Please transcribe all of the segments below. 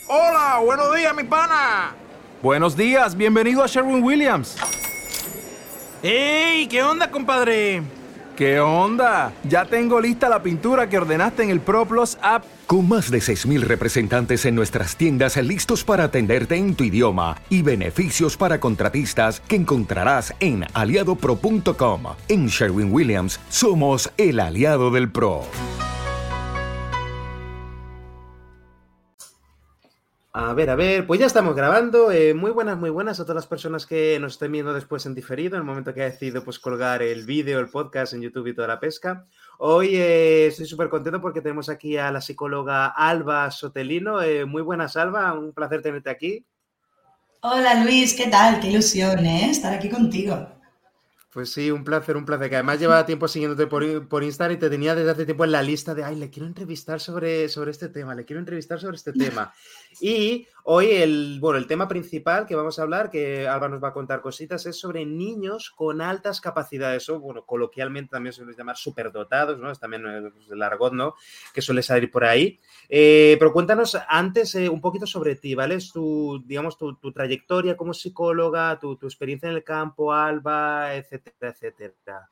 Hola, buenos días, mi pana. Buenos días, bienvenido a Sherwin-Williams. ¡Ey! ¿Qué onda, compadre? ¿Qué onda? Ya tengo lista la pintura que ordenaste en el ProPlus app. Con más de 6,000 representantes en nuestras tiendas listos para atenderte en tu idioma y beneficios para contratistas que encontrarás en aliadopro.com. En Sherwin-Williams somos el aliado del pro. A ver, pues ya estamos grabando. Muy buenas a todas las personas que nos estén viendo después en diferido, en el momento que he decidido pues colgar el vídeo, el podcast en YouTube y toda la pesca. Hoy estoy súper contento porque tenemos aquí a la psicóloga Alba Sotelino. Muy buenas, Alba, un placer tenerte aquí. Hola Luis, ¿qué tal? Qué ilusión, estar aquí contigo. Pues sí, un placer, que además llevaba tiempo siguiéndote por Instagram y te tenía desde hace tiempo en la lista de, le quiero entrevistar sobre este tema, Y hoy el tema principal que vamos a hablar, que Alba nos va a contar cositas, es sobre niños con altas capacidades, o coloquialmente también se les llama superdotados, ¿no? Es también el argot, ¿no? Que suele salir por ahí. Pero cuéntanos antes un poquito sobre ti, ¿vale? Es tu trayectoria como psicóloga, tu experiencia en el campo, Alba, etcétera.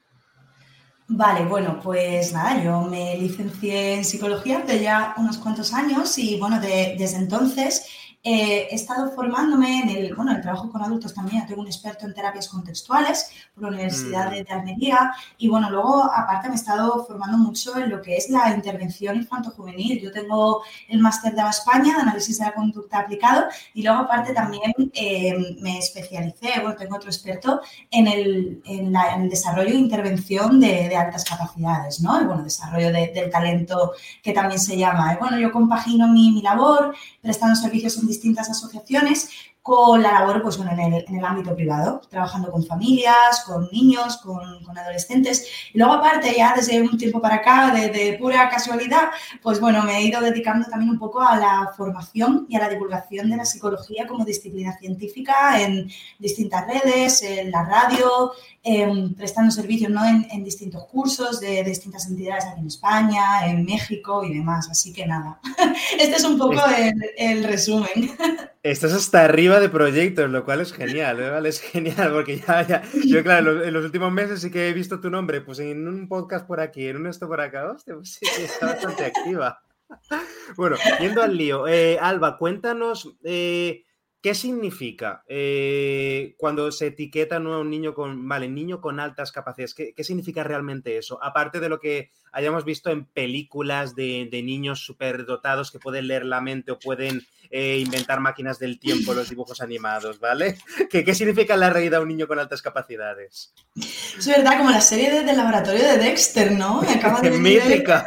Vale, bueno, pues nada, yo me licencié en psicología hace ya unos cuantos años y bueno, desde entonces he estado formándome en el trabajo con adultos también. Tengo un experto en terapias contextuales por la Universidad de Almería y bueno, luego aparte me he estado formando mucho en lo que es la intervención infanto-juvenil. Yo tengo el máster de España de análisis de la conducta aplicado y luego aparte también me especialicé, tengo otro experto en el desarrollo e intervención de altas capacidades, ¿no? Y desarrollo del talento, que también se llama. Yo compagino mi labor prestando servicios en distintas asociaciones con la labor en el ámbito privado, trabajando con familias, con niños, con adolescentes. Y luego, aparte, ya desde un tiempo para acá, de pura casualidad, me he ido dedicando también un poco a la formación y a la divulgación de la psicología como disciplina científica en distintas redes, en la radio, prestando servicios, ¿no? en distintos cursos de distintas entidades aquí en España, en México y demás. Así que nada, este es un poco el resumen. Estás hasta arriba de proyectos, lo cual es genial, ¿eh? ¿Vale? Es genial, porque ya. Yo, claro, en los últimos meses sí que he visto tu nombre, pues en un podcast por aquí, en un esto por acá, hostia, pues sí, está bastante activa. Bueno, yendo al lío, Alba, cuéntanos qué significa cuando se etiqueta, ¿no?, a un niño con altas capacidades. ¿Qué significa realmente eso? Aparte de lo que hayamos visto en películas de niños superdotados que pueden leer la mente o pueden inventar máquinas del tiempo, los dibujos animados, ¿vale? ¿Qué significa en la realidad un niño con altas capacidades? Es verdad, como la serie del laboratorio de Dexter, ¿no? Me acaba de venir mítica.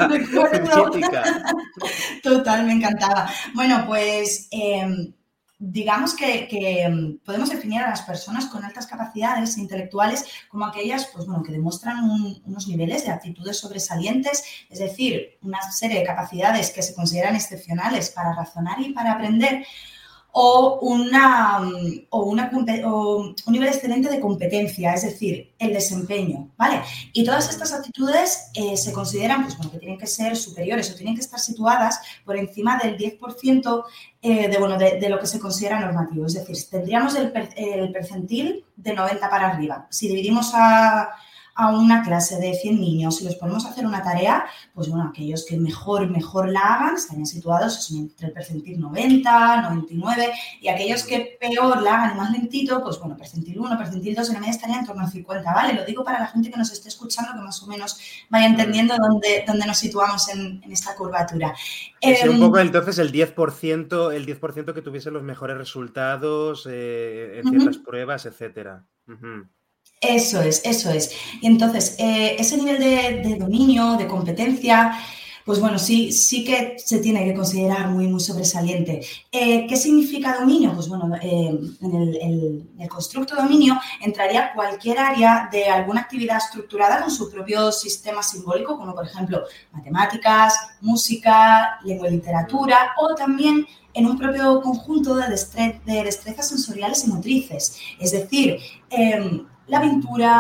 Total, me encantaba. Bueno, pues digamos que podemos definir a las personas con altas capacidades intelectuales como aquellas que demuestran unos niveles de aptitudes sobresalientes, es decir, una serie de capacidades que se consideran excepcionales para razonar y para aprender, o un nivel excelente de competencia, es decir, el desempeño, ¿vale? Y todas estas actitudes se consideran que tienen que ser superiores o tienen que estar situadas por encima del 10% de lo que se considera normativo. Es decir, tendríamos el percentil de 90 para arriba. Si dividimos a una clase de 100 niños y los ponemos a hacer una tarea, aquellos que mejor la hagan estarían situados entre el percentil 90, 99, y aquellos que peor la hagan y más lentito, percentil 1, percentil 2, en la media estarían en torno al 50, ¿vale? Lo digo para la gente que nos esté escuchando, que más o menos vaya entendiendo dónde nos situamos en esta curvatura. Sería un poco entonces el 10% que tuviese los mejores resultados en ciertas pruebas, etcétera. Eso es. Y entonces, ese nivel de dominio, de competencia, sí que se tiene que considerar muy sobresaliente. ¿Qué significa dominio? En el constructo dominio entraría cualquier área de alguna actividad estructurada con su propio sistema simbólico, como por ejemplo matemáticas, música, lengua y literatura, o también en un propio conjunto de destrezas sensoriales y motrices. Es decir, la pintura,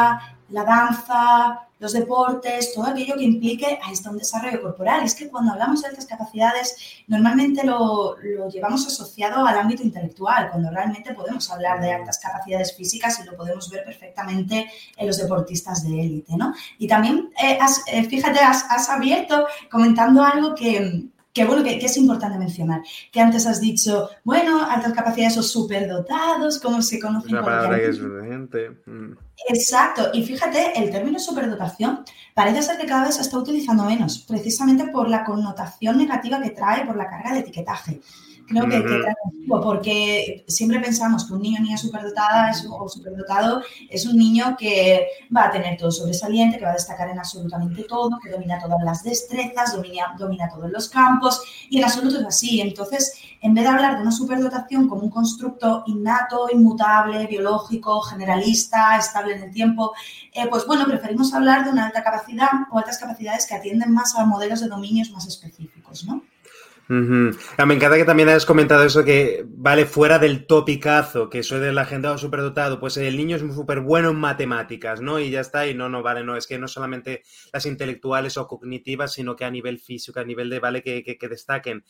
la danza, los deportes, todo aquello que implique un desarrollo corporal. Es que cuando hablamos de altas capacidades, normalmente lo llevamos asociado al ámbito intelectual, cuando realmente podemos hablar de altas capacidades físicas y lo podemos ver perfectamente en los deportistas de élite, ¿no? Y también, fíjate, has abierto comentando algo que es importante mencionar, que antes has dicho, bueno, altas capacidades o superdotados, como se conocen. Una palabra que es urgente. Exacto, y fíjate, el término superdotación parece ser que cada vez se está utilizando menos, precisamente por la connotación negativa que trae, por la carga de etiquetaje. Creo que trae consigo, porque siempre pensamos que un niño o niña superdotada o superdotado es un niño que va a tener todo sobresaliente, que va a destacar en absolutamente todo, que domina todas las destrezas, domina todos los campos, y en absoluto es así. Entonces, en vez de hablar de una superdotación como un constructo innato, inmutable, biológico, generalista, estable en el tiempo, pues bueno, preferimos hablar de una alta capacidad o altas capacidades que atienden más a modelos de dominios más específicos, ¿no? Me encanta que también hayas comentado eso, que vale fuera del topicazo, que soy de la gente superdotado, pues el niño es súper bueno en matemáticas, ¿no? Y ya está, y no, es que no solamente las intelectuales o cognitivas, sino que a nivel físico, a nivel de, vale, que destaquen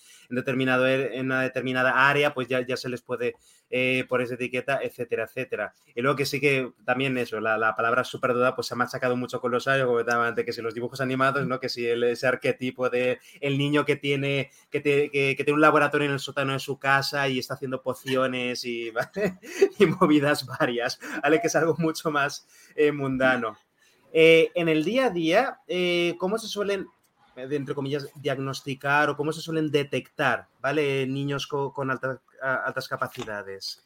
en una determinada área, pues ya se les puede por esa etiqueta, etcétera, etcétera. Y luego que sí que también eso, la palabra superdotado pues se ha machacado mucho con los años, como comentaba antes, que si los dibujos animados, ¿no? Que si ese arquetipo de el niño que tiene un laboratorio en el sótano de su casa y está haciendo pociones y, ¿vale? Y movidas varias, ¿vale? Que es algo mucho más mundano. En el día a día, ¿cómo se suelen, entre comillas, diagnosticar o cómo se suelen detectar, ¿vale? Niños con altas capacidades?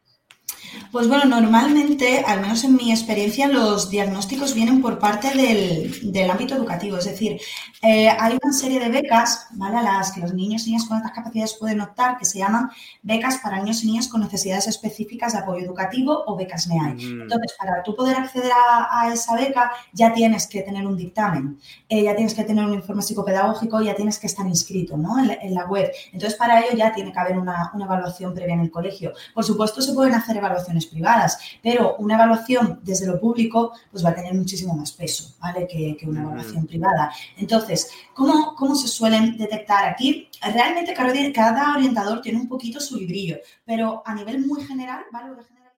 Pues bueno, normalmente, al menos en mi experiencia, los diagnósticos vienen por parte del ámbito educativo. Es decir, hay una serie de becas, ¿vale?, a las que los niños y niñas con altas capacidades pueden optar, que se llaman becas para niños y niñas con necesidades específicas de apoyo educativo o becas NEAI. Entonces, para tú poder acceder a esa beca, ya tienes que tener un dictamen, ya tienes que tener un informe psicopedagógico, ya tienes que estar inscrito, ¿no?, en la web. Entonces, para ello ya tiene que haber una evaluación previa en el colegio. Por supuesto, se pueden hacer evaluaciones privadas, pero una evaluación desde lo público pues va a tener muchísimo más peso, ¿vale?, que una evaluación privada. Entonces, ¿cómo se suelen detectar aquí? Realmente cada orientador tiene un poquito su librillo, pero a nivel muy general, ¿vale?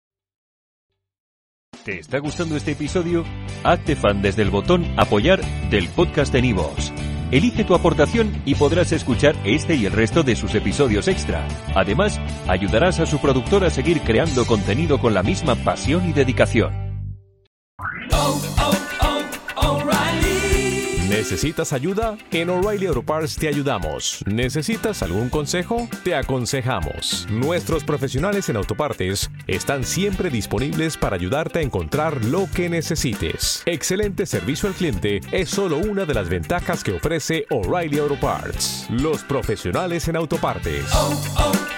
¿Te está gustando este episodio? Hazte fan desde el botón Apoyar del podcast de Nivos. Elige tu aportación y podrás escuchar este y el resto de sus episodios extra. Además, ayudarás a su productor a seguir creando contenido con la misma pasión y dedicación. ¿Necesitas ayuda? En O'Reilly Auto Parts te ayudamos. ¿Necesitas algún consejo? Te aconsejamos. Nuestros profesionales en autopartes están siempre disponibles para ayudarte a encontrar lo que necesites. Excelente servicio al cliente es solo una de las ventajas que ofrece O'Reilly Auto Parts. Los profesionales en autopartes.